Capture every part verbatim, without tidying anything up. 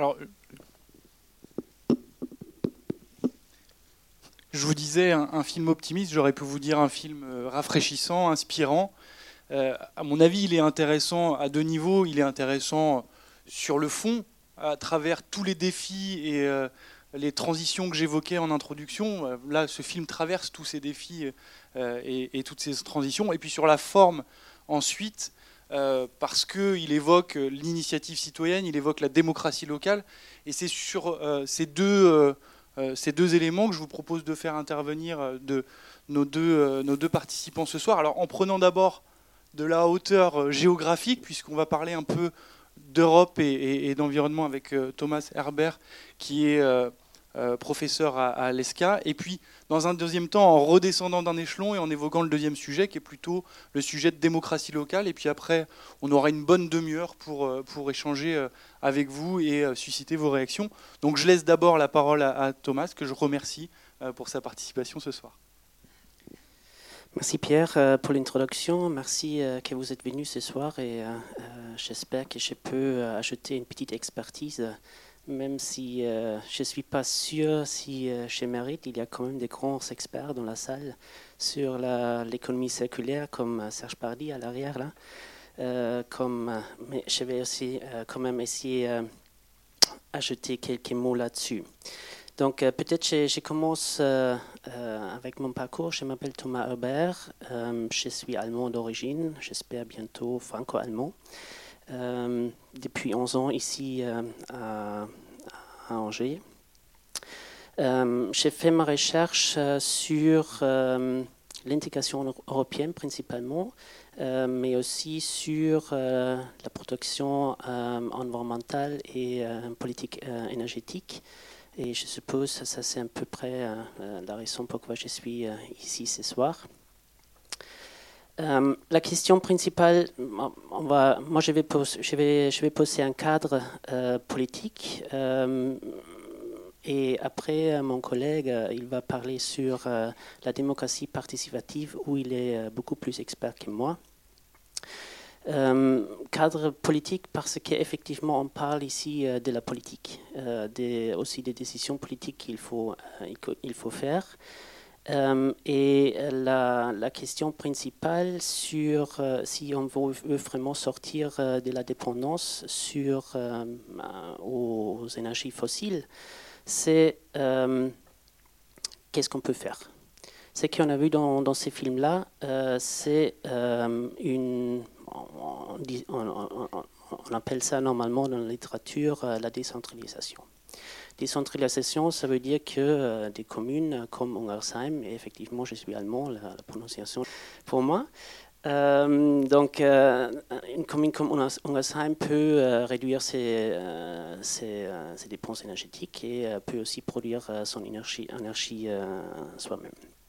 Alors, je vous disais un, un film optimiste, j'aurais pu vous dire un film rafraîchissant, inspirant. Euh, à mon avis, il est intéressant à deux niveaux. Il est intéressant sur le fond, à travers tous les défis et euh, les transitions que j'évoquais en introduction. Là, ce film traverse tous ces défis euh, et, et toutes ces transitions. Et puis sur la forme, ensuite, euh, parce qu'il évoque l'initiative citoyenne, il évoque la démocratie locale. Et c'est sur euh, ces deux... Euh, Euh, ces deux éléments que je vous propose de faire intervenir euh, de nos deux, euh, nos deux participants ce soir. Alors en prenant d'abord de la hauteur euh, géographique, puisqu'on va parler un peu d'Europe et, et, et d'environnement avec euh, Thomas Herbert, qui est euh, euh, professeur à, à l'E S C A, et puis dans un deuxième temps en redescendant d'un échelon et en évoquant le deuxième sujet, qui est plutôt le sujet de démocratie locale, et puis après on aura une bonne demi-heure pour, euh, pour échanger euh, avec vous et euh, susciter vos réactions. Donc je laisse d'abord la parole à, à Thomas, que je remercie euh, pour sa participation ce soir. Merci Pierre euh, pour l'introduction. Merci euh, que vous êtes venu ce soir et euh, euh, j'espère que je peux euh, ajouter une petite expertise, euh, même si euh, je ne suis pas sûr si euh, je mérite. Il y a quand même des grands experts dans la salle sur la, l'économie circulaire, comme euh, Serge Pardy à l'arrière là. Euh, comme, euh, mais je vais aussi euh, quand même essayer d'ajouter euh, quelques mots là-dessus. Donc euh, peut-être je, je commence euh, euh, avec mon parcours. Je m'appelle Thomas Herbert, euh, je suis allemand d'origine, j'espère bientôt franco-allemand. Euh, depuis onze ans ici euh, à, à Angers. Euh, j'ai fait ma recherche euh, sur euh, l'intégration européenne principalement, euh, mais aussi sur euh, la protection euh, environnementale et euh, politique euh, énergétique. Et je suppose que ça c'est à peu près euh, la raison pourquoi je suis euh, ici ce soir. Euh, la question principale, on va, moi je vais, pose, je, vais, je vais poser un cadre euh, politique euh, et après mon collègue euh, il va parler sur euh, la démocratie participative où il est euh, beaucoup plus expert que moi. Euh, cadre politique parce qu'effectivement on parle ici euh, de la politique, euh, des, aussi des décisions politiques qu'il faut, euh, il faut faire. Euh, et la, la question principale sur euh, si on veut, veut vraiment sortir euh, de la dépendance sur, euh, aux, aux énergies fossiles, c'est euh, qu'est-ce qu'on peut faire. Ce qu'on a vu dans, dans ces films-là, euh, c'est euh, une... On, on, on, on appelle ça normalement dans la littérature euh, la décentralisation. Décentralisation, ça veut dire que euh, des communes comme Ungersheim, et effectivement je suis allemand, la, la prononciation pour moi, euh, donc euh, une commune comme Ungersheim peut euh, réduire ses, euh, ses, euh, ses dépenses énergétiques et euh, peut aussi produire euh, son énergie, énergie euh, soi-même.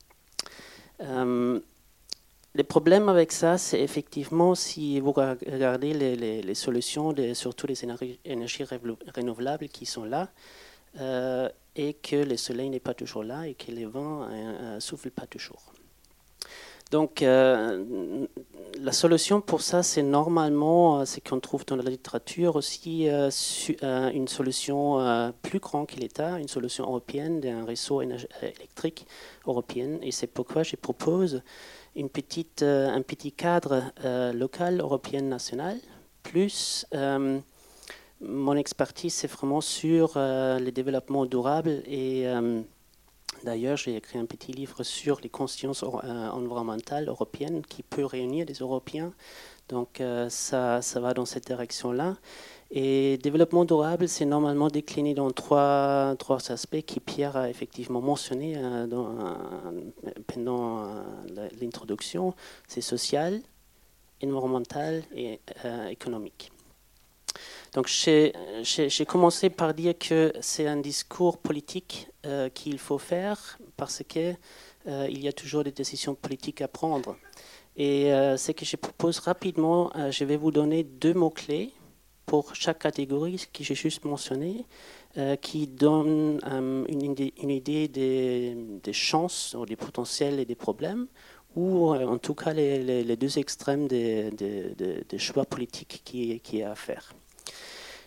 Euh, Le problème avec ça, c'est effectivement si vous regardez les, les, les solutions, de, surtout les énergies, énergies renouvelables qui sont là, euh, et que le soleil n'est pas toujours là et que les vents ne euh, soufflent pas toujours. Donc euh, la solution pour ça, c'est normalement ce qu'on trouve dans la littérature aussi euh, su, euh, une solution euh, plus grande que l'État, une solution européenne d'un réseau électrique européen. Et c'est pourquoi je propose une petite, euh, un petit cadre euh, local, européen, national, plus euh, mon expertise, c'est vraiment sur euh, le développement durable et euh, d'ailleurs, j'ai écrit un petit livre sur les consciences euh, environnementales européennes qui peut réunir des Européens. Donc euh, ça, ça va dans cette direction-là. Et développement durable, c'est normalement décliné dans trois, trois aspects qui Pierre a effectivement mentionné euh, dans, euh, pendant euh, l'introduction. C'est social, environnemental et euh, économique. Donc j'ai, j'ai, j'ai commencé par dire que c'est un discours politique euh, qu'il faut faire parce qu'il euh, y a toujours des décisions politiques à prendre. Et euh, ce que je propose rapidement, euh, je vais vous donner deux mots-clés pour chaque catégorie que j'ai juste mentionné, euh, qui donnent euh, une idée, une idée des, des chances, des potentiels et des problèmes, ou euh, en tout cas les, les, les deux extrêmes des, des, des, des choix politiques qui, qui est à faire.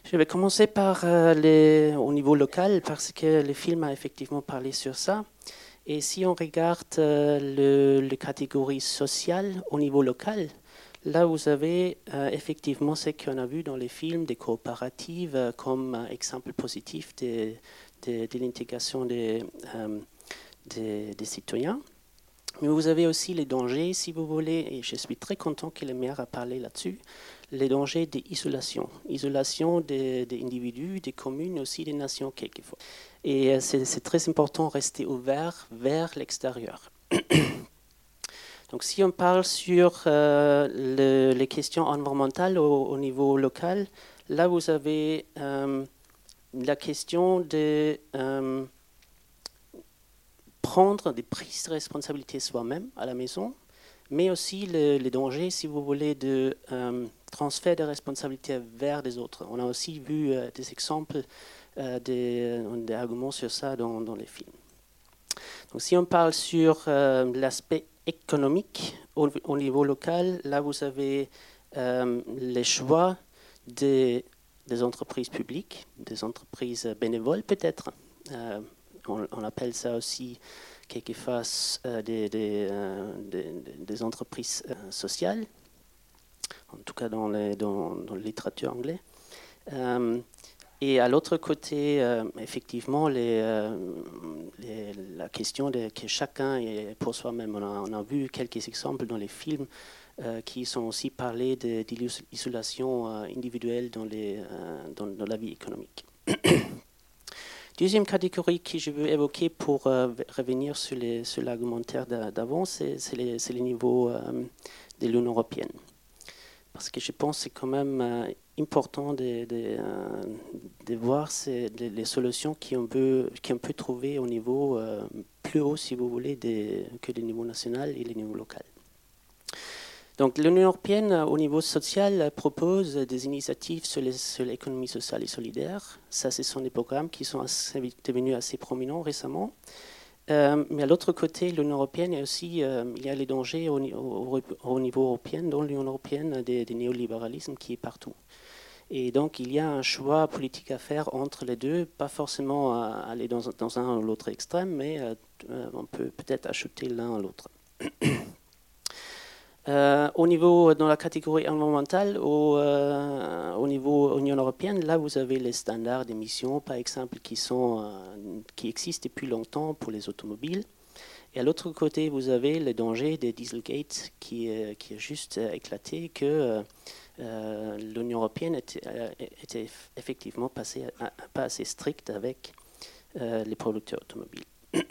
Je vais commencer par euh, les, au niveau local, parce que le film a effectivement parlé sur ça. Et si on regarde euh, le, les catégories sociales au niveau local, là vous avez euh, effectivement ce qu'on a vu dans les films, des coopératives euh, comme euh, exemple positif de, de, de l'intégration des, euh, des, des citoyens. Mais vous avez aussi les dangers, si vous voulez, et je suis très content que le maire a parlé là-dessus, les dangers d'isolation. Isolation des, des individus, des communes, aussi des nations quelquefois. Et c'est, c'est très important de rester ouvert vers l'extérieur. Donc si on parle sur euh, le, les questions environnementales au, au niveau local, là vous avez euh, la question de... Euh, prendre des prises de responsabilité soi-même à la maison, mais aussi le, les dangers, si vous voulez, de euh, transfert de responsabilité vers les autres. On a aussi vu euh, des exemples, euh, des, des arguments sur ça dans, dans les films. Donc, si on parle sur euh, l'aspect économique au, au niveau local, là vous avez euh, les choix des, des entreprises publiques, des entreprises bénévoles peut-être. Euh, On, on appelle ça aussi quelquefois euh, des, des, euh, des, des entreprises euh, sociales, en tout cas dans, les, dans, dans la littérature anglaise. Euh, et à l'autre côté, euh, effectivement, les, euh, les, la question de que chacun est pour soi-même. On a, on a vu quelques exemples dans les films euh, qui sont aussi parlés de, de l'isolation euh, individuelle dans, les, euh, dans, dans la vie économique. Deuxième catégorie que je veux évoquer pour euh, revenir sur, les, sur l'argumentaire d'avant, c'est, c'est, les, c'est les niveaux euh, de l'Union européenne. Parce que je pense que c'est quand même euh, important de, de, euh, de voir ces, les, les solutions qu'on peut, qu'on peut trouver au niveau euh, plus haut, si vous voulez, de, que le niveau national et le niveau local. Donc l'Union européenne, au niveau social, propose des initiatives sur, les, sur l'économie sociale et solidaire. Ça, ce sont des programmes qui sont assez, devenus assez prominents récemment. Euh, mais à l'autre côté, l'Union européenne, il y a aussi euh, il y a les dangers au, au, au niveau européen, dans l'Union européenne, des, des néolibéralismes qui est partout. Et donc, il y a un choix politique à faire entre les deux, pas forcément à aller dans, dans un ou l'autre extrême, mais euh, on peut peut-être ajouter l'un à l'autre. Euh, au niveau, dans la catégorie environnementale, au, euh, au niveau Union européenne, là vous avez les standards d'émissions, par exemple, qui, sont, euh, qui existent depuis longtemps pour les automobiles. Et à l'autre côté, vous avez le danger des Dieselgate qui, euh, qui est juste euh, éclaté, que euh, l'Union européenne était, euh, était effectivement passée à, à, pas assez stricte avec euh, les producteurs automobiles.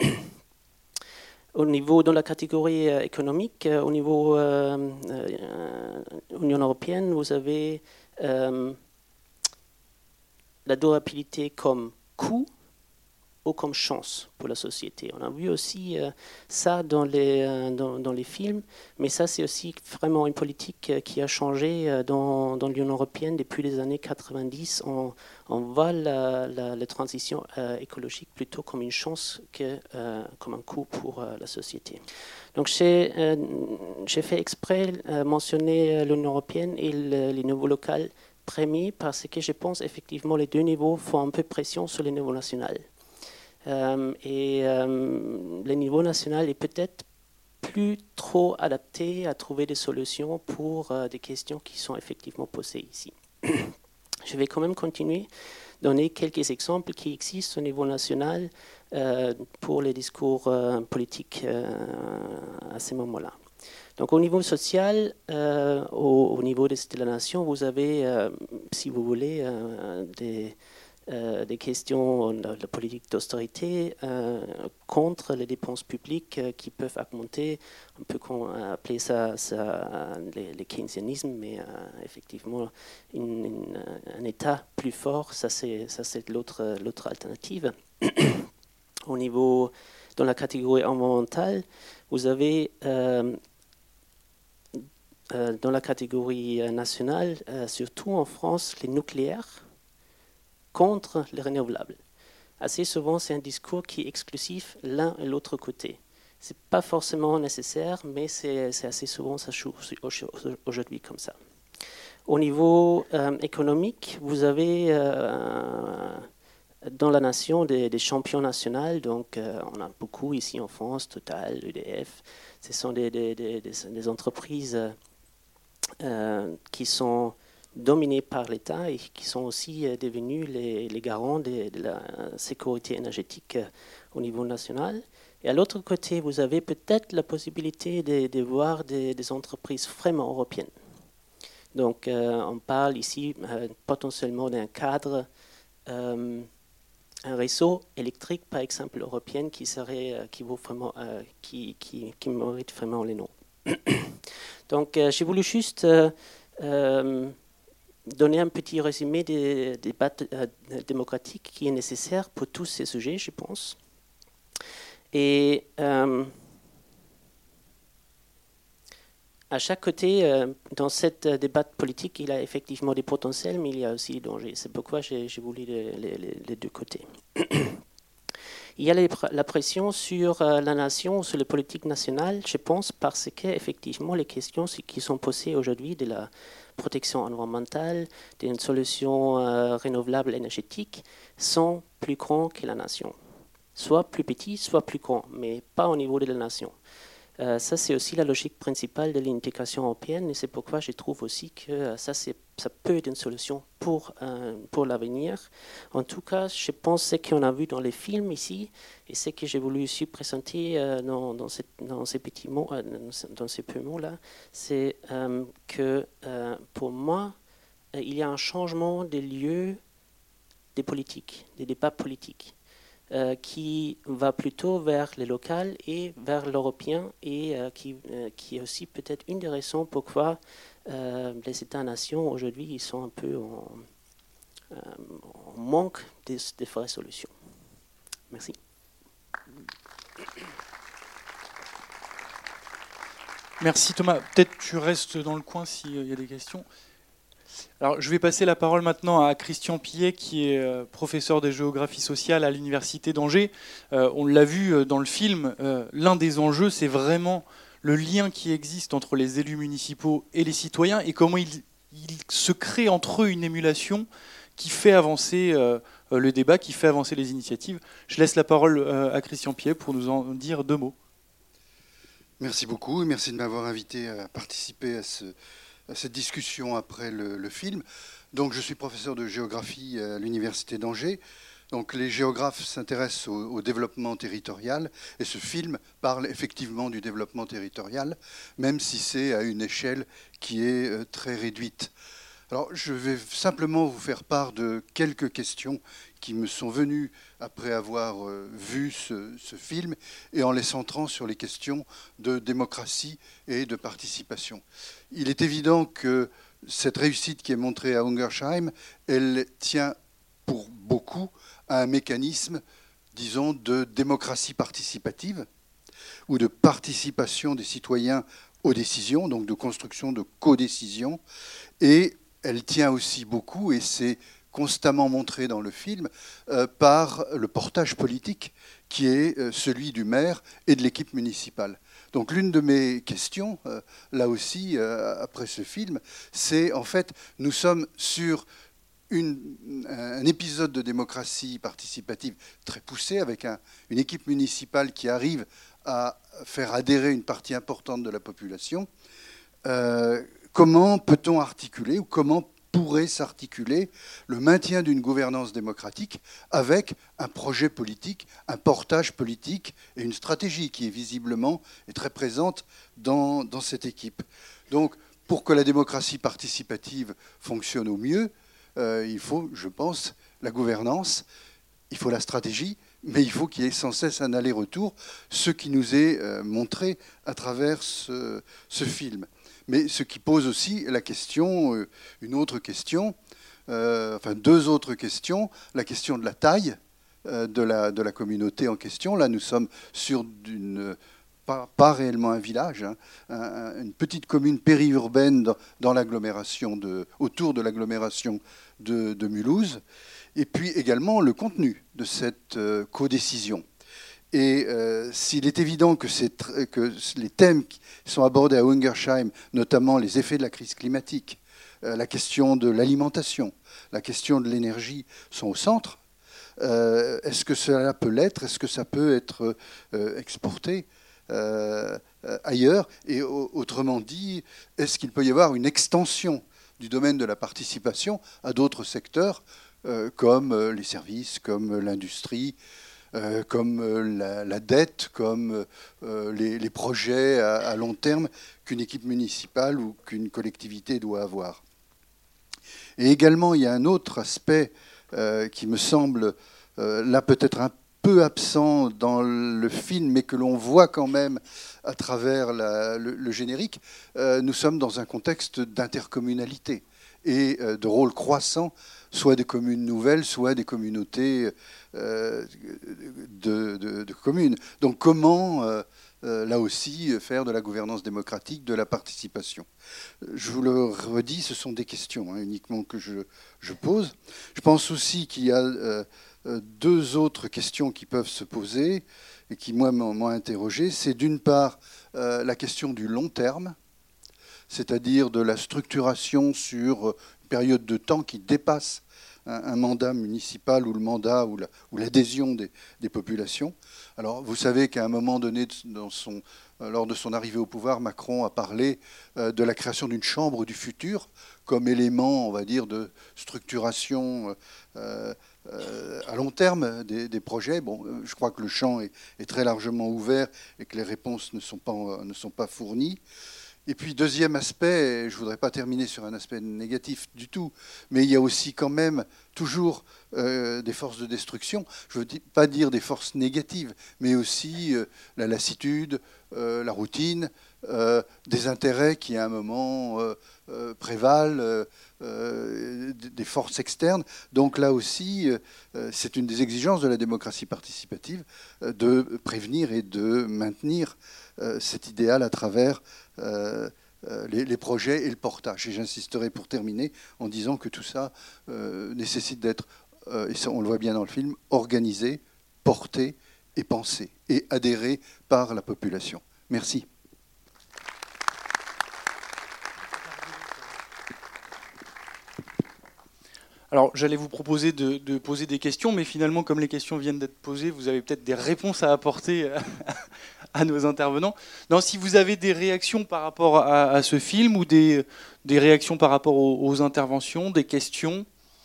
Au niveau, dans la catégorie euh, économique, euh, au niveau euh, euh, Union européenne, vous avez euh, la durabilité comme coût ou comme chance pour la société. On a vu aussi euh, ça dans les, euh, dans, dans les films, mais ça c'est aussi vraiment une politique euh, qui a changé euh, dans, dans l'Union européenne depuis les années quatre-vingt-dix. On, on voit la, la, la transition euh, écologique plutôt comme une chance que euh, comme un coût pour euh, la société. Donc j'ai, euh, j'ai fait exprès euh, mentionner l'Union européenne et le, les niveaux locaux premiers parce que je pense effectivement les deux niveaux font un peu pression sur les niveaux nationaux. Euh, et euh, le niveau national est peut-être plus trop adapté à trouver des solutions pour euh, des questions qui sont effectivement posées ici. Je vais quand même continuer, donner quelques exemples qui existent au niveau national euh, pour les discours euh, politiques euh, à ce moment-là. Donc au niveau social, euh, au, au niveau de la nation, vous avez, euh, si vous voulez, euh, des... Euh, des questions de la politique d'austérité euh, contre les dépenses publiques euh, qui peuvent augmenter, on peut appeler ça, ça les, les keynésianismes, mais euh, effectivement une, une, un État plus fort, ça c'est, ça c'est l'autre, l'autre alternative. Au niveau, dans la catégorie environnementale, vous avez euh, euh, dans la catégorie nationale, euh, surtout en France, les nucléaires contre les renouvelables. Assez souvent, c'est un discours qui est exclusif l'un et l'autre côté. Ce n'est pas forcément nécessaire, mais c'est, c'est assez souvent, ça joue aujourd'hui comme ça. Au niveau euh, économique, vous avez euh, dans la nation des, des champions nationaux, donc euh, on a beaucoup ici en France, Total, E D F, ce sont des, des, des, des, des entreprises euh, qui sont dominées par l'État et qui sont aussi euh, devenues les, les garants de, de la sécurité énergétique euh, au niveau national. Et à l'autre côté, vous avez peut-être la possibilité de, de voir des, des entreprises vraiment européennes. Donc euh, on parle ici euh, potentiellement d'un cadre euh, un réseau électrique, par exemple, européen, qui serait, euh, qui, vaut vraiment, euh, qui, qui, qui mérite vraiment les noms. Donc, euh, j'ai voulu juste euh, euh, donner un petit résumé des débats euh, démocratiques qui est nécessaire pour tous ces sujets, je pense. Et euh, à chaque côté, euh, dans cette euh, débat politique, il y a effectivement des potentiels, mais il y a aussi des dangers. C'est pourquoi j'ai, j'ai voulu les, les, les deux côtés. Il y a les, la pression sur euh, la nation, sur les politiques nationales, je pense, parce qu'effectivement, les questions qui sont posées aujourd'hui de la protection environnementale, d'une solution euh, renouvelable énergétique, sont plus grandes que la nation. Soit plus petit, soit plus grand, mais pas au niveau de la nation. Euh, ça, c'est aussi la logique principale de l'intégration européenne et c'est pourquoi je trouve aussi que euh, ça, c'est, ça peut être une solution pour, euh, pour l'avenir. En tout cas, je pense ce qu'on a vu dans les films ici et ce que j'ai voulu aussi présenter euh, dans, dans, cette, dans ces petits mots, euh, dans ces peu mots-là, c'est euh, que euh, pour moi, euh, il y a un changement des lieux des politiques, des débats politiques. Euh, qui va plutôt vers le local et vers l'européen et euh, qui, euh, qui est aussi peut-être une des raisons pourquoi euh, les États-nations aujourd'hui ils sont un peu en, euh, en manque de, de vraies solutions. Merci. Merci Thomas. Peut-être tu restes dans le coin s'il y a des questions. Alors, je vais passer la parole maintenant à Christian Pillet, qui est professeur de géographie sociale à l'Université d'Angers. Euh, on l'a vu dans le film, euh, l'un des enjeux, c'est vraiment le lien qui existe entre les élus municipaux et les citoyens et comment il, il se crée entre eux une émulation qui fait avancer euh, le débat, qui fait avancer les initiatives. Je laisse la parole euh, à Christian Pillet pour nous en dire deux mots. Merci beaucoup et merci de m'avoir invité à participer à ce... à cette discussion après le, le film. Donc, je suis professeur de géographie à l'Université d'Angers. Donc, les géographes s'intéressent au, au développement territorial et ce film parle effectivement du développement territorial, même si c'est à une échelle qui est très réduite. Alors, je vais simplement vous faire part de quelques questions qui me sont venues après avoir vu ce, ce film et en les centrant sur les questions de démocratie et de participation. Il est évident que cette réussite qui est montrée à Ungersheim, elle tient pour beaucoup à un mécanisme, disons, de démocratie participative ou de participation des citoyens aux décisions, donc de construction de codécision. Et elle tient aussi beaucoup, et c'est constamment montré dans le film, euh, par le portage politique qui est euh, celui du maire et de l'équipe municipale. Donc l'une de mes questions, euh, là aussi, euh, après ce film, c'est en fait, nous sommes sur une, un épisode de démocratie participative très poussé, avec un, une équipe municipale qui arrive à faire adhérer une partie importante de la population. Euh, comment peut-on articuler, ou comment pourrait s'articuler le maintien d'une gouvernance démocratique avec un projet politique, un portage politique et une stratégie qui est visiblement et très présente dans, dans cette équipe. Donc, pour que la démocratie participative fonctionne au mieux, euh, il faut, je pense, la gouvernance, il faut la stratégie, mais il faut qu'il y ait sans cesse un aller-retour, ce qui nous est euh, montré à travers ce, ce film. Mais ce qui pose aussi la question, euh, une autre question, euh, enfin deux autres questions, la question de la taille euh, de, la, de la communauté en question. Là, nous sommes sur d'une, pas, pas réellement un village, hein, un, une petite commune périurbaine dans, dans l'agglomération de, autour de l'agglomération de, de Mulhouse. Et puis également le contenu de cette euh, codécision. Et euh, s'il est évident que, que les thèmes qui sont abordés à Ungersheim, notamment les effets de la crise climatique, la question de l'alimentation, la question de l'énergie sont au centre. Euh, est-ce que cela peut l'être? Est-ce que ça peut être euh, exporté euh, ailleurs? Et autrement dit, est-ce qu'il peut y avoir une extension du domaine de la participation à d'autres secteurs euh, comme les services, comme l'industrie, euh, comme la, la dette, comme euh, les, les projets à, à long terme qu'une équipe municipale ou qu'une collectivité doit avoir? Et également, il y a un autre aspect euh, qui me semble euh, là peut-être un peu absent dans le film, mais que l'on voit quand même à travers la, le, le générique. Euh, nous sommes dans un contexte d'intercommunalité et euh, de rôle croissant, soit des communes nouvelles, soit des communautés euh, de, de, de communes. Donc comment, euh, euh, là aussi, faire de la gouvernance démocratique, de la participation? Je vous le redis, ce sont des questions hein, uniquement que je, je pose. Je pense aussi qu'il y a euh, deux autres questions qui peuvent se poser et qui, moi, m'ont interrogé. C'est d'une part euh, la question du long terme, c'est-à-dire de la structuration sur une période de temps qui dépasse un, un mandat municipal ou le mandat ou l'adhésion des, des populations. Alors, vous savez qu'à un moment donné, dans son, lors de son arrivée au pouvoir, Macron a parlé euh, de la création d'une chambre du futur comme élément, on va dire, de structuration euh, euh, à long terme des, des projets. Bon, je crois que le champ est, est très largement ouvert et que les réponses ne sont pas, ne sont pas fournies. Et puis, deuxième aspect, je ne voudrais pas terminer sur un aspect négatif du tout, mais il y a aussi quand même toujours euh, des forces de destruction. Je ne veux pas dire des forces négatives, mais aussi euh, la lassitude, euh, la routine, euh, des intérêts qui à un moment euh, euh, prévalent, euh, euh, des forces externes. Donc là aussi, euh, c'est une des exigences de la démocratie participative euh, de prévenir et de maintenir euh, cet idéal à travers Euh, euh, les, les projets et le portage. Et j'insisterai pour terminer en disant que tout ça euh, nécessite d'être, euh, et ça, on le voit bien dans le film, organisé, porté et pensé, et adhéré par la population. Merci. Alors, j'allais vous proposer de, de poser des questions, mais finalement, comme les questions viennent d'être posées, vous avez peut-être des réponses à apporter à nos intervenants. Non, si vous avez des réactions par rapport à, à ce film ou des, des réactions par rapport aux, aux interventions, des questions.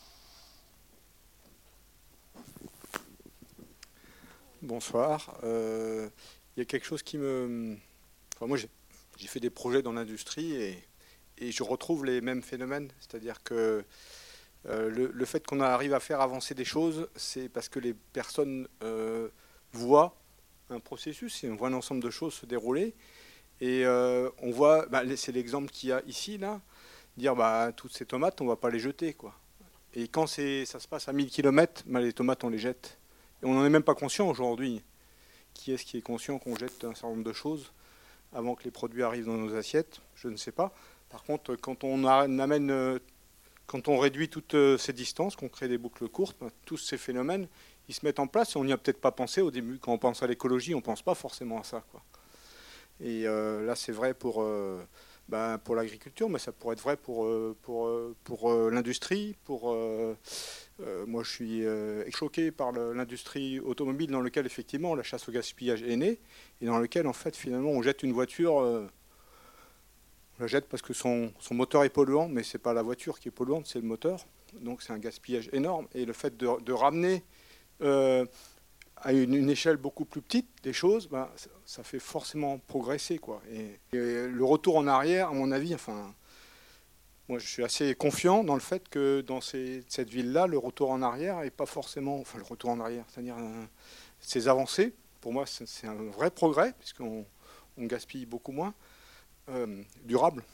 Bonsoir. Euh, il y a quelque chose qui me... Enfin, moi, j'ai fait des projets dans l'industrie et, et je retrouve les mêmes phénomènes. C'est-à-dire que euh, le, le fait qu'on arrive à faire avancer des choses, c'est parce que les personnes euh, voient un processus et on voit un ensemble de choses se dérouler. Et euh, on voit, bah, c'est l'exemple qu'il y a ici, là, dire bah, toutes ces tomates, on ne va pas les jeter, quoi. Et quand ça se passe à mille kilomètres, bah, les tomates, on les jette. Et on n'en est même pas conscient aujourd'hui. Qui est-ce qui est conscient qu'on jette un certain nombre de choses avant que les produits arrivent dans nos assiettes? Je ne sais pas. Par contre, quand on amène, quand on réduit toutes ces distances, qu'on crée des boucles courtes, bah, tous ces phénomènes, ils se mettent en place et on n'y a peut-être pas pensé au début. Quand on pense à l'écologie, on ne pense pas forcément à ça, quoi. Et euh, là, c'est vrai pour, euh, ben, pour l'agriculture, mais ça pourrait être vrai pour, euh, pour, euh, pour euh, l'industrie. Pour, euh, euh, moi, je suis euh, choqué par l'industrie automobile dans laquelle, effectivement, la chasse au gaspillage est née et dans laquelle, en fait, finalement, on jette une voiture... Euh, on la jette parce que son, son moteur est polluant, mais ce n'est pas la voiture qui est polluante, c'est le moteur. Donc, c'est un gaspillage énorme. Et le fait de, de ramener... Euh, à une, une échelle beaucoup plus petite des choses, ben, ça, ça fait forcément progresser, quoi. Et, et le retour en arrière, à mon avis, enfin, moi je suis assez confiant dans le fait que dans ces, cette ville-là, le retour en arrière n'est pas forcément, enfin le retour en arrière, c'est-à-dire euh, ces avancées, pour moi c'est un vrai progrès, puisqu'on on gaspille beaucoup moins, euh, durable.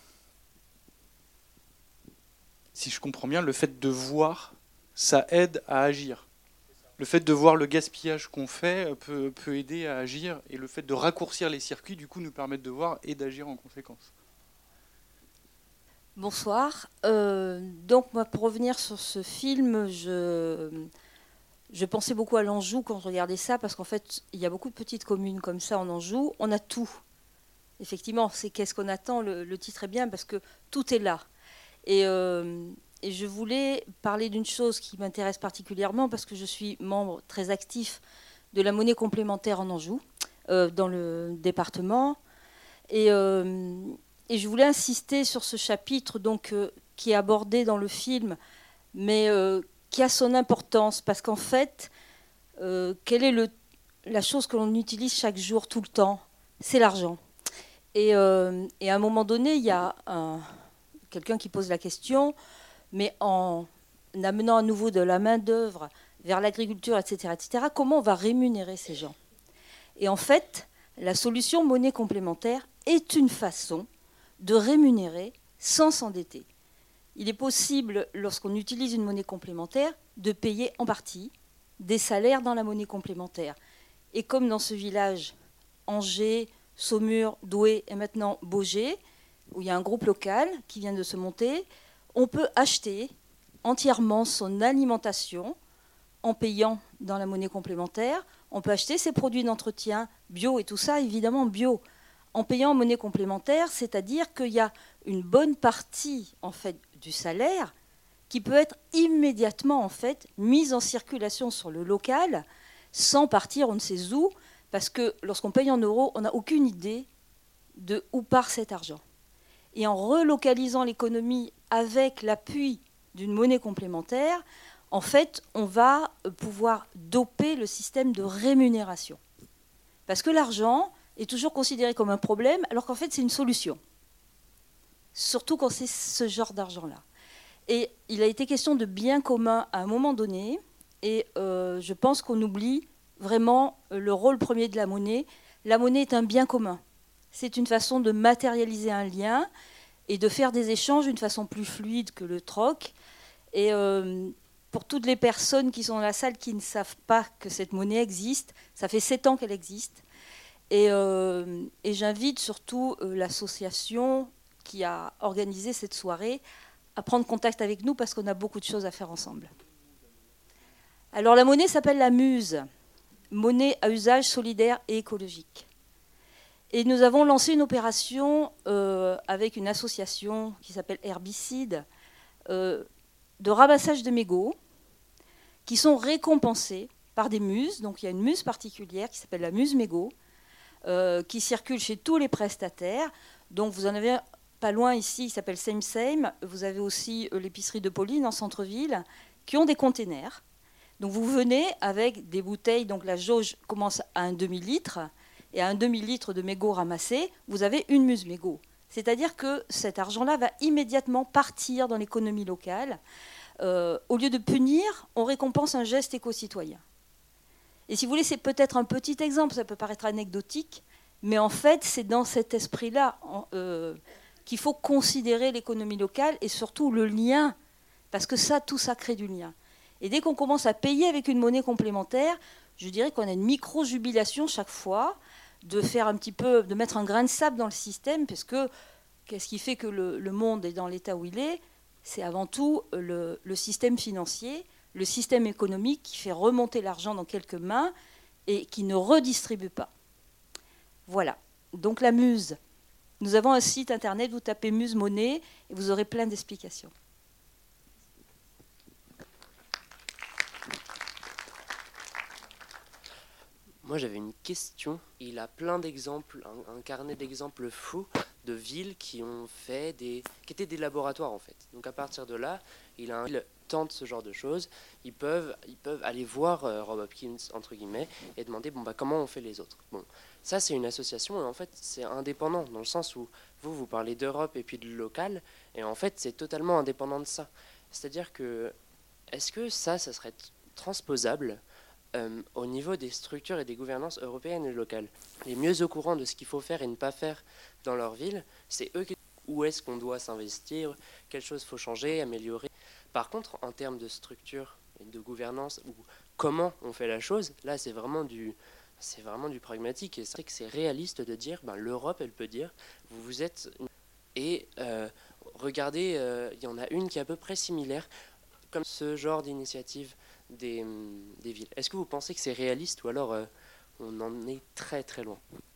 Si je comprends bien, le fait de voir, ça aide à agir. Le fait de voir le gaspillage qu'on fait peut, peut aider à agir, et le fait de raccourcir les circuits, du coup, nous permettre de voir et d'agir en conséquence. Bonsoir. Euh, donc, moi, pour revenir sur ce film, je, je pensais beaucoup à l'Anjou quand je regardais ça, parce qu'en fait, il y a beaucoup de petites communes comme ça en Anjou. On a tout. Effectivement, c'est qu'est-ce qu'on attend. Le, le titre est bien, parce que tout est là. Et, euh, et je voulais parler d'une chose qui m'intéresse particulièrement parce que je suis membre très actif de la monnaie complémentaire en Anjou, euh, dans le département. Et, euh, et je voulais insister sur ce chapitre donc, euh, qui est abordé dans le film, mais euh, qui a son importance, parce qu'en fait, euh, quelle est le, la chose que l'on utilise chaque jour, tout le temps? C'est l'argent. Et, euh, et à un moment donné, il y a un, quelqu'un qui pose la question, mais en amenant à nouveau de la main-d'œuvre vers l'agriculture, et cetera, et cetera, comment on va rémunérer ces gens? Et en fait, la solution monnaie complémentaire est une façon de rémunérer sans s'endetter. Il est possible, lorsqu'on utilise une monnaie complémentaire, de payer en partie des salaires dans la monnaie complémentaire. Et comme dans ce village, Angers, Saumur, Douai et maintenant Baugé, où il y a un groupe local qui vient de se monter, on peut acheter entièrement son alimentation en payant dans la monnaie complémentaire. On peut acheter ses produits d'entretien bio et tout ça, évidemment bio, en payant en monnaie complémentaire, c'est-à-dire qu'il y a une bonne partie en fait, du salaire qui peut être immédiatement en fait, mise en circulation sur le local sans partir on ne sait où, parce que lorsqu'on paye en euros, on n'a aucune idée de où part cet argent. Et en relocalisant l'économie avec l'appui d'une monnaie complémentaire, en fait, on va pouvoir doper le système de rémunération. Parce que l'argent est toujours considéré comme un problème, alors qu'en fait, c'est une solution. Surtout quand c'est ce genre d'argent-là. Et il a été question de bien commun à un moment donné, et euh, je pense qu'on oublie vraiment le rôle premier de la monnaie. La monnaie est un bien commun. C'est une façon de matérialiser un lien et de faire des échanges d'une façon plus fluide que le troc. Et euh, pour toutes les personnes qui sont dans la salle qui ne savent pas que cette monnaie existe, ça fait sept ans qu'elle existe. Et, euh, et j'invite surtout euh, l'association qui a organisé cette soirée à prendre contact avec nous parce qu'on a beaucoup de choses à faire ensemble. Alors la monnaie s'appelle la Muse, monnaie à usage solidaire et écologique. Et nous avons lancé une opération euh, avec une association qui s'appelle Herbicide, euh, de ramassage de mégots, qui sont récompensés par des muses. Donc il y a une muse particulière qui s'appelle la muse mégot, euh, qui circule chez tous les prestataires. Donc vous en avez pas loin ici, il s'appelle Same Same. Vous avez aussi euh, l'épicerie de Pauline en centre-ville, qui ont des containers. Donc vous venez avec des bouteilles, donc la jauge commence à un demi-litre, et à un demi-litre de mégot ramassé, vous avez une muse mégot. C'est-à-dire que cet argent-là va immédiatement partir dans l'économie locale. Euh, au lieu de punir, on récompense un geste éco-citoyen. Et si vous voulez, c'est peut-être un petit exemple, ça peut paraître anecdotique, mais en fait, c'est dans cet esprit-là euh, qu'il faut considérer l'économie locale et surtout le lien, parce que ça, tout ça crée du lien. Et dès qu'on commence à payer avec une monnaie complémentaire, je dirais qu'on a une micro-jubilation chaque fois, de faire un petit peu, de mettre un grain de sable dans le système, parce que qu'est-ce qui fait que le, le monde est dans l'état où il est? C'est avant tout le, le système financier, le système économique qui fait remonter l'argent dans quelques mains et qui ne redistribue pas. Voilà. Donc la Muse. Nous avons un site internet, vous tapez Muse Monnaie et vous aurez plein d'explications. Moi, j'avais une question. Il a plein d'exemples, un, un carnet d'exemples fous de villes qui ont fait des, qui étaient des laboratoires en fait. Donc à partir de là, il a un, il tente ce genre de choses. Ils peuvent, ils peuvent aller voir euh, Rob Hopkins entre guillemets et demander bon bah comment on fait les autres. Bon, ça c'est une association et en fait c'est indépendant dans le sens où vous vous parlez d'Europe et puis de local et en fait c'est totalement indépendant de ça. C'est-à-dire que est-ce que ça, ça serait transposable Euh, au niveau des structures et des gouvernances européennes et locales, les mieux au courant de ce qu'il faut faire et ne pas faire dans leur ville, c'est eux qui... Où est-ce qu'on doit s'investir, quelles choses faut changer, améliorer. Par contre, en termes de structure et de gouvernance, ou comment on fait la chose, là c'est vraiment du, c'est vraiment du pragmatique et c'est que c'est réaliste de dire, ben, l'Europe elle peut dire, vous vous êtes... Et euh, regardez, euh, il y en a une qui est à peu près similaire, comme ce genre d'initiative Des, des villes. Est-ce que vous pensez que c'est réaliste ou alors euh, on en est très très loin?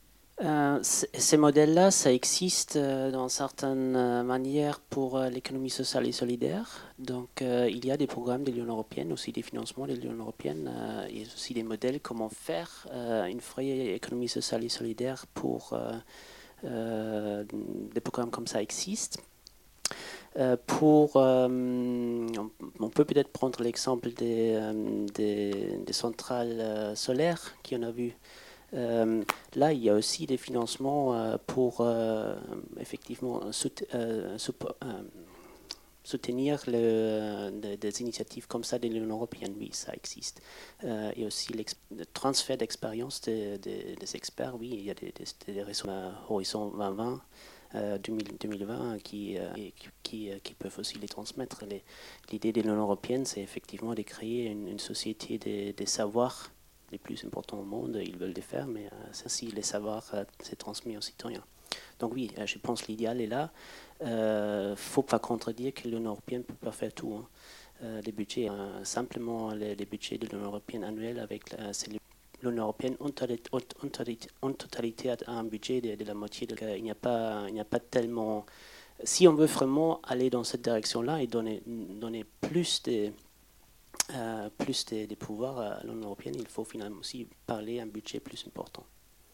Euh, ces modèles-là, ça existe euh, dans certaines euh, manières pour euh, l'économie sociale et solidaire. Donc, euh, il y a des programmes de l'Union européenne, aussi des financements de l'Union européenne, euh, et aussi des modèles comment faire euh, une vraie économie sociale et solidaire pour euh, euh, des programmes comme ça existent. Euh, pour, euh, on peut peut-être prendre l'exemple des, euh, des, des centrales euh, solaires qu'on a vu. Euh, là, il y a aussi des financements euh, pour euh, effectivement sout euh, euh, soutenir le, de, des initiatives comme ça de l'Union européenne. Oui, ça existe. Euh, et aussi le transfert d'expérience des, des, des experts. Oui, il y a des, des, des réseaux euh, Horizon vingt vingt. Euh, deux mille vingt qui, euh, qui, qui, qui peuvent aussi les transmettre. L'idée de l'Union européenne, c'est effectivement de créer une, une société des, des savoirs les plus importants au monde. Ils veulent les faire, mais euh, ça, si les savoirs, euh, c'est transmis aux citoyens. Donc oui, euh, je pense que l'idéal est là. Il euh, ne faut pas contredire que l'Union européenne ne peut pas faire tout. Hein. Euh, les budgets, euh, simplement les, les budgets de l'Union européenne annuels, avec euh, l'Union européenne en totalité, en totalité a un budget de, de la moitié. Donc, euh, il n'y a pas, il n'y a pas tellement. Si on veut vraiment aller dans cette direction-là et donner, donner plus de euh, plus des de pouvoirs à l'Union européenne, il faut finalement aussi parler un budget plus important.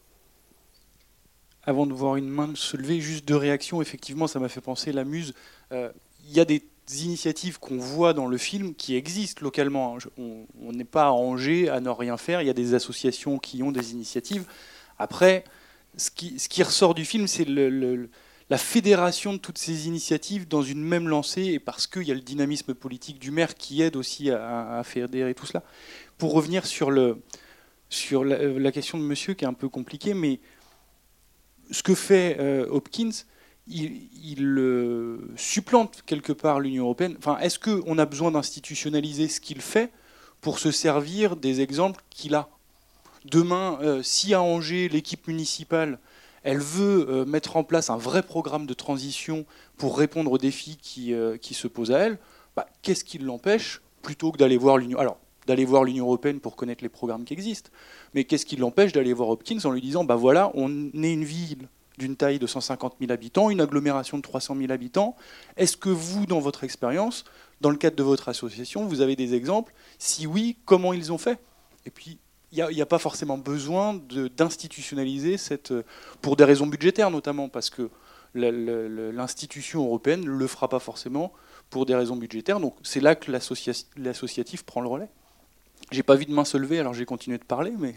Avant de voir une main se lever, juste deux réactions. Effectivement, ça m'a fait penser la Muse. Euh, il y a des initiatives qu'on voit dans le film qui existent localement. On n'est pas à Angers à ne rien faire. Il y a des associations qui ont des initiatives. Après, ce qui, ce qui ressort du film, c'est le, le, la fédération de toutes ces initiatives dans une même lancée, et parce qu'il y a le dynamisme politique du maire qui aide aussi à, à fédérer tout cela. Pour revenir sur, le, sur la, la question de monsieur, qui est un peu compliquée, mais ce que fait euh, Hopkins, il, il euh, supplante quelque part l'Union européenne. Enfin, est-ce qu'on a besoin d'institutionnaliser ce qu'il fait pour se servir des exemples qu'il a? Demain, euh, si à Angers, l'équipe municipale, elle veut euh, mettre en place un vrai programme de transition pour répondre aux défis qui, euh, qui se posent à elle, bah, qu'est-ce qui l'empêche, plutôt que d'aller voir l'Union alors d'aller voir l'Union européenne pour connaître les programmes qui existent, mais qu'est-ce qui l'empêche d'aller voir Hopkins en lui disant, bah voilà, on est une ville d'une taille de cent cinquante mille habitants, une agglomération de trois cent mille habitants. Est-ce que vous, dans votre expérience, dans le cadre de votre association, vous avez des exemples? Si oui, comment ils ont fait? Et puis, il n'y a, a pas forcément besoin d'institutionnaliser cette, pour des raisons budgétaires notamment, parce que l'institution européenne ne le fera pas forcément pour des raisons budgétaires. Donc c'est là que l'associatif prend le relais. J'ai pas vu de main se lever, alors j'ai continué de parler, mais...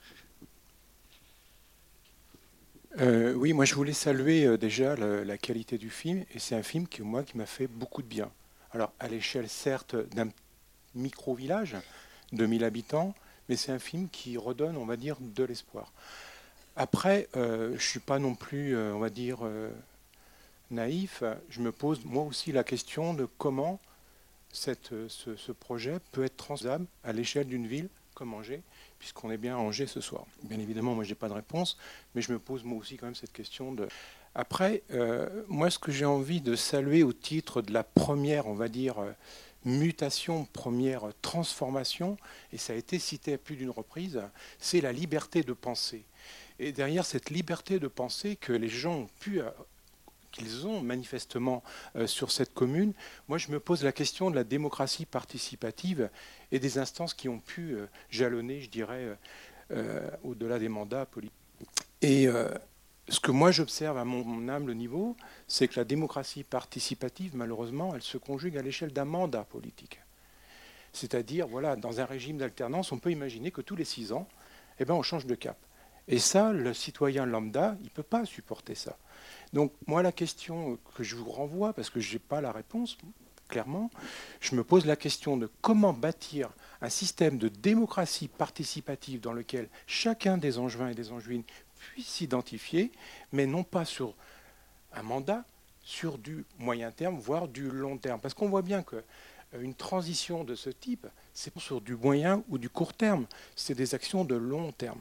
Euh, oui, moi je voulais saluer euh, déjà la, la qualité du film, et c'est un film qui, moi, qui m'a fait beaucoup de bien. Alors à l'échelle certes d'un micro-village de mille habitants, mais c'est un film qui redonne, on va dire, de l'espoir. Après, euh, je ne suis pas non plus, euh, on va dire, euh, naïf. Je me pose moi aussi la question de comment cette, ce, ce projet peut être transposable à l'échelle d'une ville comme Angers, puisqu'on est bien à Angers ce soir. Bien évidemment, moi, je n'ai pas de réponse, mais je me pose moi aussi quand même cette question de... Après, euh, moi, ce que j'ai envie de saluer au titre de la première, on va dire, euh, mutation, première transformation, et ça a été cité à plus d'une reprise, c'est la liberté de penser. Et derrière cette liberté de penser que les gens ont pu... Euh, qu'ils ont manifestement euh, sur cette commune, moi je me pose la question de la démocratie participative et des instances qui ont pu euh, jalonner, je dirais, euh, euh, au-delà des mandats politiques. Et euh, ce que moi j'observe à mon, mon humble niveau, c'est que la démocratie participative, malheureusement, elle se conjugue à l'échelle d'un mandat politique. C'est-à-dire, voilà, dans un régime d'alternance, on peut imaginer que tous les six ans, eh ben, on change de cap. Et ça, le citoyen lambda, il ne peut pas supporter ça. Donc moi, la question que je vous renvoie, parce que je n'ai pas la réponse, clairement, je me pose la question de comment bâtir un système de démocratie participative dans lequel chacun des Angevins et des Angevines puisse s'identifier, mais non pas sur un mandat, sur du moyen terme, voire du long terme. Parce qu'on voit bien qu'une transition de ce type, c'est pas sur du moyen ou du court terme, c'est des actions de long terme.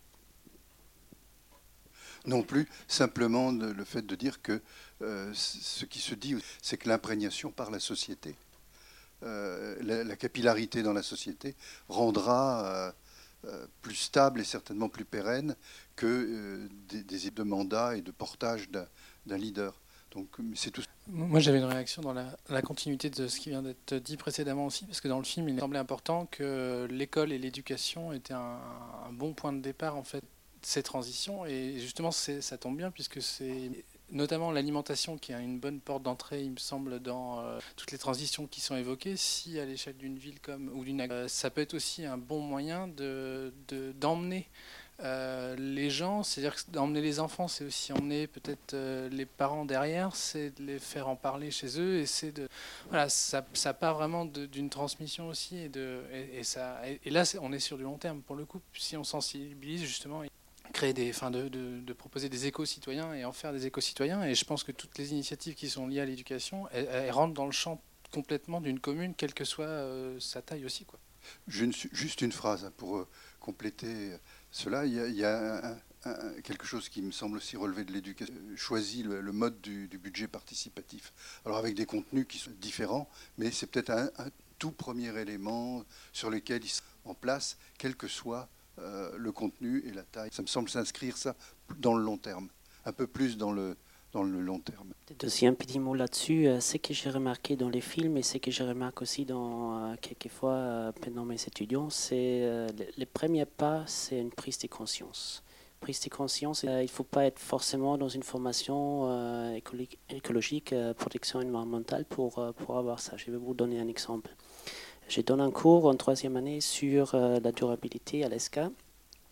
Non plus, simplement le fait de dire que euh, ce qui se dit, c'est que l'imprégnation par la société, euh, la, la capillarité dans la société rendra euh, euh, plus stable et certainement plus pérenne que euh, des, des de mandat et de portage d'un, d'un leader. Donc c'est tout. Moi j'avais une réaction dans la, la continuité de ce qui vient d'être dit précédemment aussi, parce que dans le film il me semblait important que l'école et l'éducation étaient un, un bon point de départ en fait de ces transitions, et justement c'est, ça tombe bien puisque c'est notamment l'alimentation qui a une bonne porte d'entrée il me semble dans euh, toutes les transitions qui sont évoquées. Si à l'échelle d'une ville comme ou d'une euh, ça peut être aussi un bon moyen de, de, d'emmener Euh, les gens, c'est-à-dire que d'emmener les enfants, c'est aussi emmener peut-être euh, les parents derrière, c'est de les faire en parler chez eux, et c'est de voilà, ça, ça part vraiment de, d'une transmission aussi, et de et, et ça et, et là c'est, on est sur du long terme pour le coup, si on sensibilise justement, et créer des, enfin de, de, de proposer des éco-citoyens et en faire des éco-citoyens, et je pense que toutes les initiatives qui sont liées à l'éducation, elles, elles rentrent dans le champ complètement d'une commune, quelle que soit euh, sa taille aussi, quoi. Juste une phrase pour euh, compléter cela. Il y a, il y a un, un, quelque chose qui me semble aussi relever de l'éducation. Choisit le, le mode du, du budget participatif. Alors avec des contenus qui sont différents, mais c'est peut-être un, un tout premier élément sur lequel ils sont en place, quel que soit euh, le contenu et la taille. Ça me semble s'inscrire ça dans le long terme, un peu plus dans le dans le long terme. Aussi un petit mot là-dessus, euh, ce que j'ai remarqué dans les films et ce que je remarque aussi dans euh, quelquefois euh, pendant mes étudiants, c'est euh, le, le premier pas, c'est une prise de conscience. Prise de conscience, euh, il ne faut pas être forcément dans une formation euh, écologique, écologique euh, protection environnementale pour, euh, pour avoir ça. Je vais vous donner un exemple. Je donne un cours en troisième année sur euh, la durabilité à l'E S C A.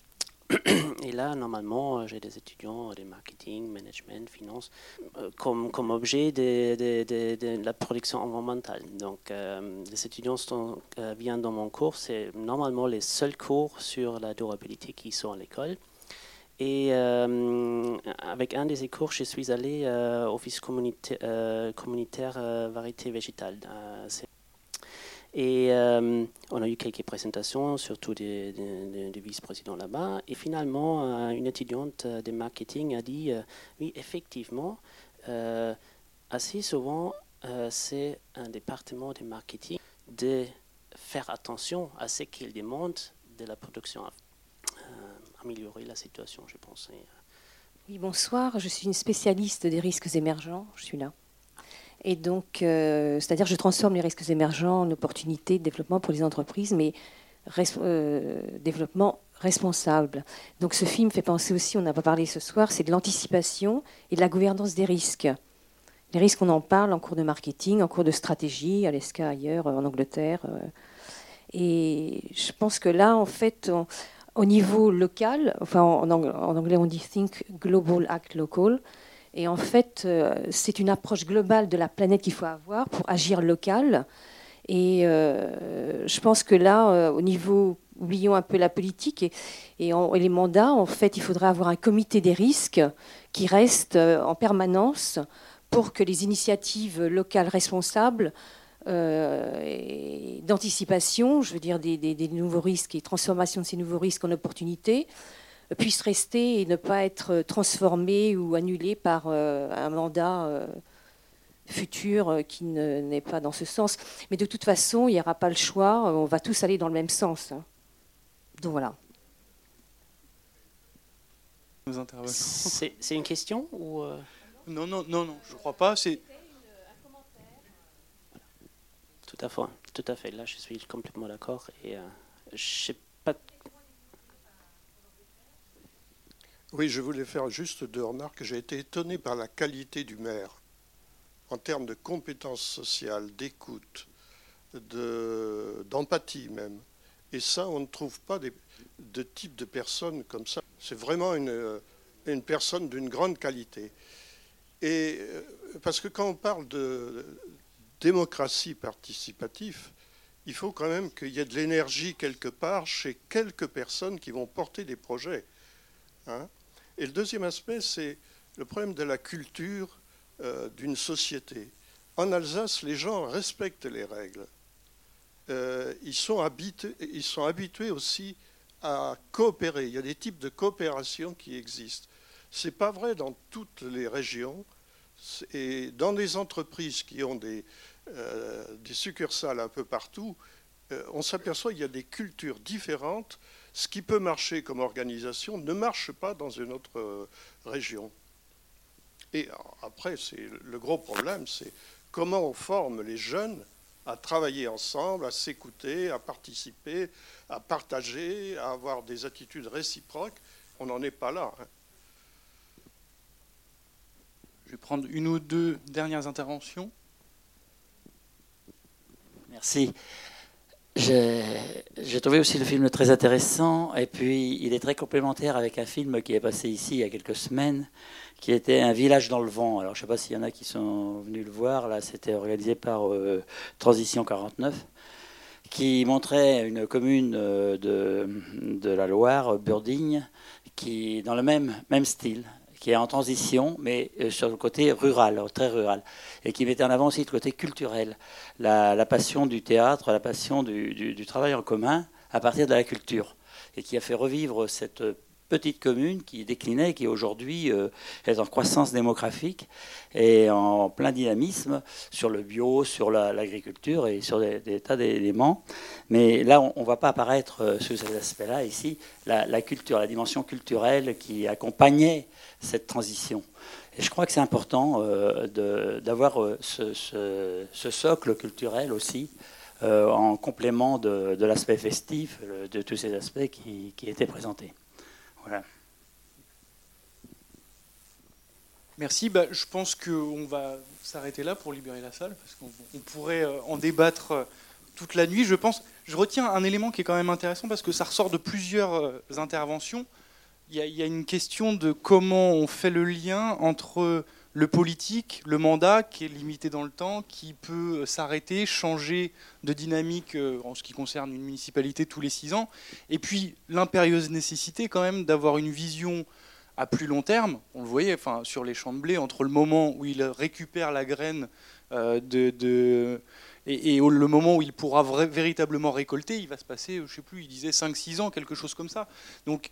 Et là, normalement, j'ai des étudiants de marketing, management, finance, euh, comme, comme objet de, de, de, de la production environnementale. Donc, euh, les étudiants sont, euh, viennent dans mon cours, c'est normalement les seuls cours sur la durabilité qui sont à l'école. Et euh, avec un des cours, je suis allé euh, au office communita- euh, communautaire euh, variété végétale. Euh, c'est Et euh, on a eu quelques présentations, surtout des, des, des vice-présidents là-bas. Et finalement, euh, une étudiante de marketing a dit euh, oui, effectivement, euh, assez souvent, euh, c'est un département de marketing de faire attention à ce qu'il demande de la production, euh, améliorer la situation, je pense. Et, oui, bonsoir, je suis une spécialiste des risques émergents, je suis là. Et donc, euh, c'est-à-dire je transforme les risques émergents en opportunités de développement pour les entreprises, mais res- euh, développement responsable. Donc ce film fait penser aussi, on n'a pas parlé ce soir, c'est de l'anticipation et de la gouvernance des risques. Les risques, on en parle en cours de marketing, en cours de stratégie, à l'E S C A ailleurs, en Angleterre. Et je pense que là, en fait, on, au niveau local, enfin en, en anglais on dit Think Global, Act Local. Et en fait, euh, c'est une approche globale de la planète qu'il faut avoir pour agir local. Et euh, je pense que là, euh, au niveau, oublions un peu la politique et, et, en, et les mandats, en fait, il faudrait avoir un comité des risques qui reste euh, en permanence pour que les initiatives locales responsables euh, et d'anticipation, je veux dire des, des, des nouveaux risques et transformation de ces nouveaux risques en opportunités, puissent rester et ne pas être transformés ou annulés par euh, un mandat euh, futur euh, qui ne, n'est pas dans ce sens. Mais de toute façon, il n'y aura pas le choix, on va tous aller dans le même sens. Hein. Donc voilà. C'est, c'est une question ou euh... Non, non, non, non, je ne crois pas. C'est... Tout à fait, tout à fait. Là, je suis complètement d'accord. Et euh, je sais pas. Oui, je voulais faire juste deux remarques. J'ai été étonné par la qualité du maire en termes de compétences sociales, d'écoute, de, d'empathie même. Et ça, on ne trouve pas des, de type de personnes comme ça. C'est vraiment une, une personne d'une grande qualité. Et parce que quand on parle de démocratie participative, il faut quand même qu'il y ait de l'énergie quelque part chez quelques personnes qui vont porter des projets. Hein ? Et le deuxième aspect, c'est le problème de la culture euh, d'une société. En Alsace, les gens respectent les règles. Euh, ils sont habitués, ils sont habitués aussi à coopérer. Il y a des types de coopération qui existent. Ce n'est pas vrai dans toutes les régions. Et dans des entreprises qui ont des, euh, des succursales un peu partout, euh, on s'aperçoit qu'il y a des cultures différentes. Ce qui peut marcher comme organisation ne marche pas dans une autre euh, région. Et après, c'est le gros problème, c'est comment on forme les jeunes à travailler ensemble, à s'écouter, à participer, à partager, à avoir des attitudes réciproques. On n'en est pas là. Hein. Je vais prendre une ou deux dernières interventions. Merci. J'ai trouvé aussi le film très intéressant, et puis il est très complémentaire avec un film qui est passé ici il y a quelques semaines, qui était Un village dans le vent. Alors je ne sais pas s'il y en a qui sont venus le voir, là c'était organisé par euh, Transition quarante-neuf, qui montrait une commune de, de la Loire, Burdigne, qui dans le même, même style, qui est en transition, mais sur le côté rural, très rural, et qui mettait en avant aussi le côté culturel, la, la passion du théâtre, la passion du, du, du travail en commun à partir de la culture, et qui a fait revivre cette petite commune qui déclinait, qui aujourd'hui euh, est en croissance démographique et en plein dynamisme sur le bio, sur la, l'agriculture et sur des, des tas d'éléments. Mais là, on ne va pas apparaître euh, sous cet aspect-là ici, la, la culture, la dimension culturelle qui accompagnait cette transition. Et je crois que c'est important euh, de, d'avoir euh, ce, ce, ce socle culturel aussi, euh, en complément de, de l'aspect festif, de tous ces aspects qui, qui étaient présentés. Voilà. Merci. Bah, je pense qu'on va s'arrêter là pour libérer la salle, parce qu'on on pourrait en débattre toute la nuit. Je pense, je retiens un élément qui est quand même intéressant, parce que ça ressort de plusieurs interventions. Il y a, il y a une question de comment on fait le lien entre le politique, le mandat qui est limité dans le temps, qui peut s'arrêter, changer de dynamique en ce qui concerne une municipalité tous les six ans, et puis l'impérieuse nécessité quand même d'avoir une vision à plus long terme. On le voyait enfin, sur les champs de blé, entre le moment où il récupère la graine euh, de, de, et, et le moment où il pourra vrai, véritablement récolter, il va se passer, je ne sais plus, il disait cinq six ans, quelque chose comme ça. Donc,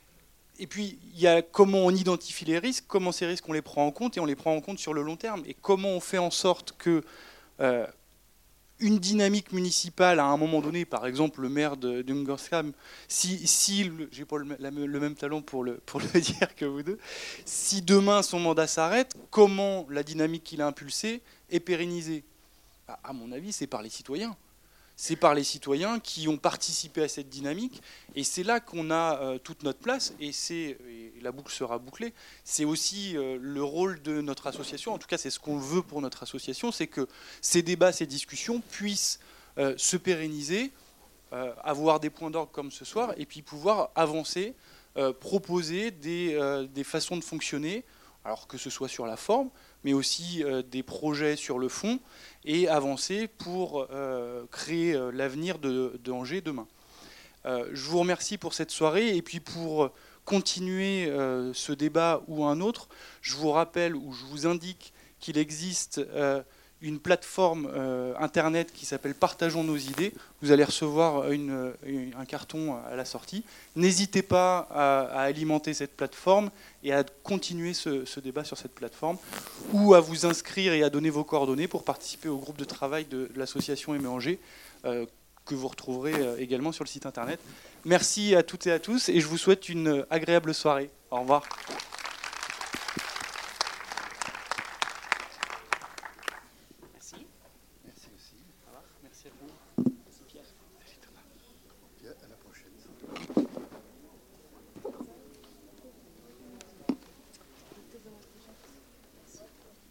et puis, il y a comment on identifie les risques, comment ces risques on les prend en compte, et on les prend en compte sur le long terme. Et comment on fait en sorte que euh, une dynamique municipale, à un moment donné, par exemple le maire de d'Ungersham, si, si j'ai pas le, la, le même talent pour le, pour le dire que vous deux, si demain son mandat s'arrête, comment la dynamique qu'il a impulsée est pérennisée ? À mon avis, c'est par les citoyens. C'est par les citoyens qui ont participé à cette dynamique, et c'est là qu'on a euh, toute notre place, et, c'est, et la boucle sera bouclée. C'est aussi euh, le rôle de notre association, en tout cas c'est ce qu'on veut pour notre association, c'est que ces débats, ces discussions puissent euh, se pérenniser, euh, avoir des points d'ordre comme ce soir, et puis pouvoir avancer, euh, proposer des, euh, des façons de fonctionner, alors que ce soit sur la forme, mais aussi euh, des projets sur le fond, et avancer pour euh, créer euh, l'avenir de, de Angers demain. Euh, je vous remercie pour cette soirée, et puis pour continuer euh, ce débat ou un autre, je vous rappelle ou je vous indique qu'il existe euh, une plateforme euh, internet qui s'appelle Partageons nos idées. Vous allez recevoir une, une, un carton à la sortie. N'hésitez pas à, à alimenter cette plateforme et à continuer ce, ce débat sur cette plateforme, ou à vous inscrire et à donner vos coordonnées pour participer au groupe de travail de, de l'association Aimer Angers, euh, que vous retrouverez également sur le site internet. Merci à toutes et à tous, et je vous souhaite une agréable soirée. Au revoir.